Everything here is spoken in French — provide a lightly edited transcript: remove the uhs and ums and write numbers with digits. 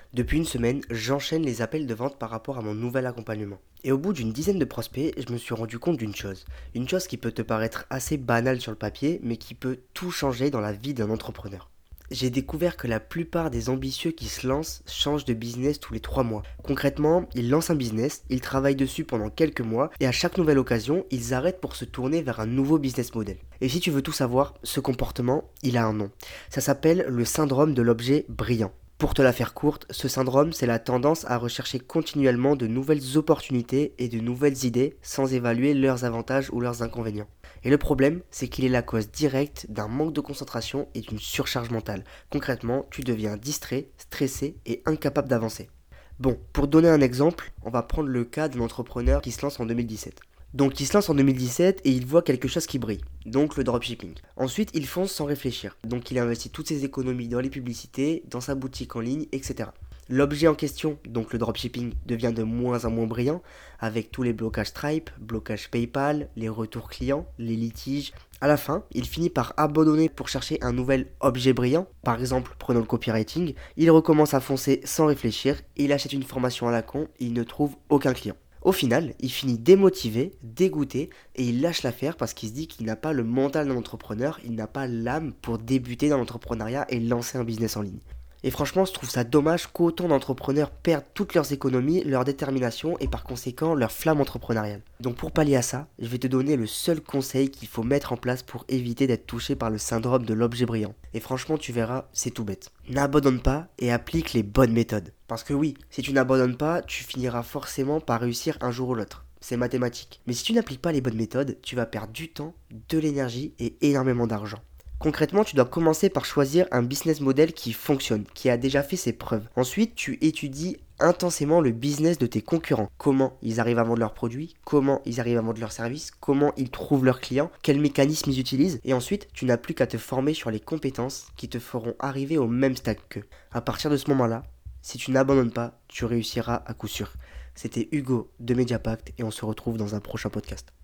Depuis une semaine, j'enchaîne les appels de vente par rapport à mon nouvel accompagnement. Et au bout d'une dizaine de prospects, je me suis rendu compte d'une chose. Une chose qui peut te paraître assez banale sur le papier, mais qui peut tout changer dans la vie d'un entrepreneur. J'ai découvert que la plupart des ambitieux qui se lancent changent de business tous les 3 mois. Concrètement, ils lancent un business, ils travaillent dessus pendant quelques mois, et à chaque nouvelle occasion, ils arrêtent pour se tourner vers un nouveau business model. Et si tu veux tout savoir, ce comportement, il a un nom. Ça s'appelle le syndrome de l'objet brillant. Pour te la faire courte, ce syndrome, c'est la tendance à rechercher continuellement de nouvelles opportunités et de nouvelles idées sans évaluer leurs avantages ou leurs inconvénients. Et le problème, c'est qu'il est la cause directe d'un manque de concentration et d'une surcharge mentale. Concrètement, tu deviens distrait, stressé et incapable d'avancer. Bon, pour donner un exemple, on va prendre le cas d'un entrepreneur qui se lance en 2017. Donc il se lance en 2017 et il voit quelque chose qui brille, donc le dropshipping. Ensuite il fonce sans réfléchir, donc il investit toutes ses économies dans les publicités, dans sa boutique en ligne, etc. L'objet en question, donc le dropshipping, devient de moins en moins brillant, avec tous les blocages Stripe, blocages PayPal, les retours clients, les litiges. À la fin, il finit par abandonner pour chercher un nouvel objet brillant, par exemple prenons le copywriting, il recommence à foncer sans réfléchir, il achète une formation à la con, et il ne trouve aucun client. Au final, il finit démotivé, dégoûté, et il lâche l'affaire parce qu'il se dit qu'il n'a pas le mental d'un entrepreneur, il n'a pas l'âme pour débuter dans l'entrepreneuriat et lancer un business en ligne. Et franchement, je trouve ça dommage qu'autant d'entrepreneurs perdent toutes leurs économies, leur détermination et par conséquent leur flamme entrepreneuriale. Donc pour pallier à ça, je vais te donner le seul conseil qu'il faut mettre en place pour éviter d'être touché par le syndrome de l'objet brillant. Et franchement, tu verras, c'est tout bête. N'abandonne pas et applique les bonnes méthodes. Parce que oui, si tu n'abandonnes pas, tu finiras forcément par réussir un jour ou l'autre. C'est mathématique. Mais si tu n'appliques pas les bonnes méthodes, tu vas perdre du temps, de l'énergie et énormément d'argent. Concrètement, tu dois commencer par choisir un business model qui fonctionne, qui a déjà fait ses preuves. Ensuite, tu étudies intensément le business de tes concurrents. Comment ils arrivent à vendre leurs produits, comment ils arrivent à vendre leurs services, comment ils trouvent leurs clients, quels mécanismes ils utilisent. Et ensuite, tu n'as plus qu'à te former sur les compétences qui te feront arriver au même stade qu'eux. À partir de ce moment-là, si tu n'abandonnes pas, tu réussiras à coup sûr. C'était Hugo de Mediapact et on se retrouve dans un prochain podcast.